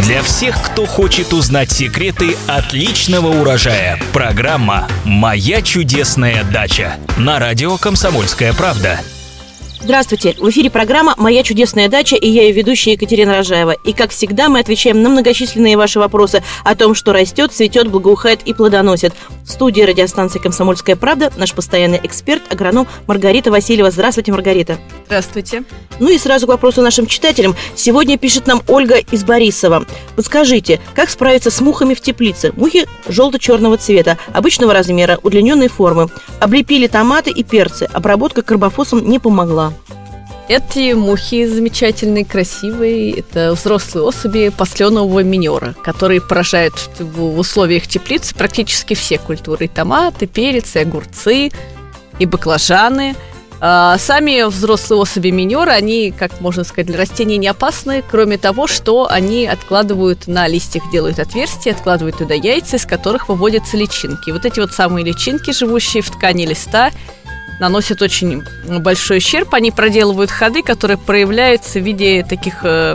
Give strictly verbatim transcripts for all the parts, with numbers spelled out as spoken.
Для всех, кто хочет узнать секреты отличного урожая. Программа «Моя чудесная дача» на радио «Комсомольская правда». Здравствуйте! В эфире программа «Моя чудесная дача» и я ее ведущая Екатерина Рожаева. И, как всегда, мы отвечаем на многочисленные ваши вопросы о том, что растет, цветет, благоухает и плодоносит. В студии радиостанции «Комсомольская правда» наш постоянный эксперт, агроном Маргарита Васильева. Здравствуйте, Маргарита! Здравствуйте! Ну и сразу к вопросу нашим читателям. Сегодня пишет нам Ольга из Борисова. Подскажите, как справиться с мухами в теплице? Мухи желто-черного цвета, обычного размера, удлиненной формы. Облепили томаты и перцы. Обработка карбофосом не помогла. Эти мухи замечательные, красивые. Это взрослые особи посленового минера, которые поражают в условиях теплицы практически все культуры. И томаты, перец, и огурцы, и баклажаны. А сами взрослые особи минера, они, как можно сказать, для растений не опасны, кроме того, что они откладывают на листьях, делают отверстия, откладывают туда яйца, из которых выводятся личинки. И вот эти вот самые личинки, живущие в ткани листа, наносят очень большой ущерб. Они проделывают ходы, которые проявляются в виде таких э,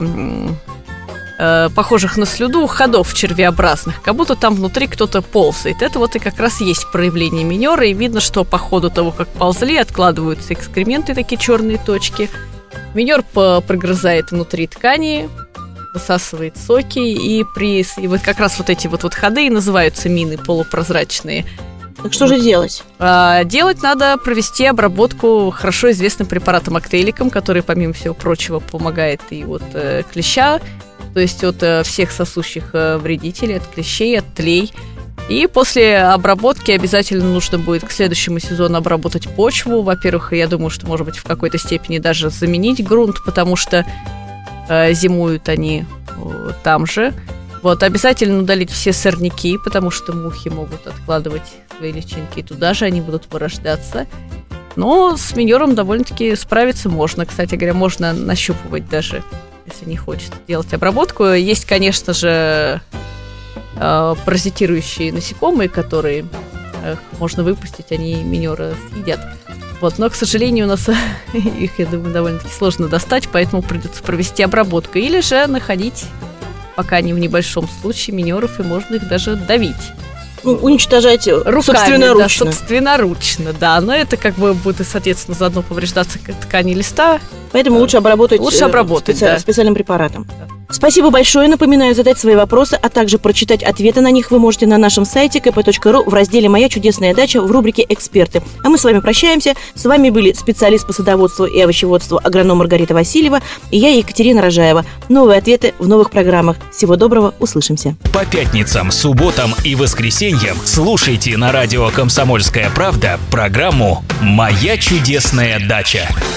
э, похожих на слюду ходов червеобразных, как будто там внутри кто-то ползает. Это вот и как раз есть проявление минера, и видно, что по ходу того, как ползли, откладываются экскременты, такие черные точки. Минер прогрызает внутри ткани, высасывает соки, и, при, и вот как раз вот эти вот, вот ходы и называются мины полупрозрачные. Так что же делать? А, делать надо провести обработку хорошо известным препаратом актейликом, который, помимо всего прочего, помогает и от э, клеща, то есть от э, всех сосущих э, вредителей, от клещей, от тлей. И после обработки обязательно нужно будет к следующему сезону обработать почву. Во-первых, я думаю, что, может быть, в какой-то степени даже заменить грунт, потому что э, зимуют они э, там же. Вот, обязательно удалить все сорняки, потому что мухи могут откладывать свои личинки, и туда же они будут вырождаться. Но с минером довольно-таки справиться можно. Кстати говоря, можно нащупывать даже, если не хочет делать обработку. Есть, конечно же, паразитирующие насекомые, которые можно выпустить, они минера съедят. Вот, но, к сожалению, у нас их, я думаю, довольно-таки сложно достать, поэтому придется провести обработку. Или же находить, пока они в небольшом случае, минеров, и можно их даже давить. Ну, уничтожать руками, собственноручно. Да, собственноручно, да. Но это как бы будет, соответственно, заодно повреждаться ткани листа. Поэтому лучше обработать, лучше обработать специ... да. специальным препаратом. Да. Спасибо большое. Напоминаю, задать свои вопросы, а также прочитать ответы на них вы можете на нашем сайте ка пэ точка ру в разделе «Моя чудесная дача» в рубрике «Эксперты». А мы с вами прощаемся. С вами были специалист по садоводству и овощеводству агроном Маргарита Васильева и я, Екатерина Рожаева. Новые ответы в новых программах. Всего доброго, услышимся. По пятницам, субботам и воскресеньям слушайте на радио «Комсомольская правда» программу «Моя чудесная дача».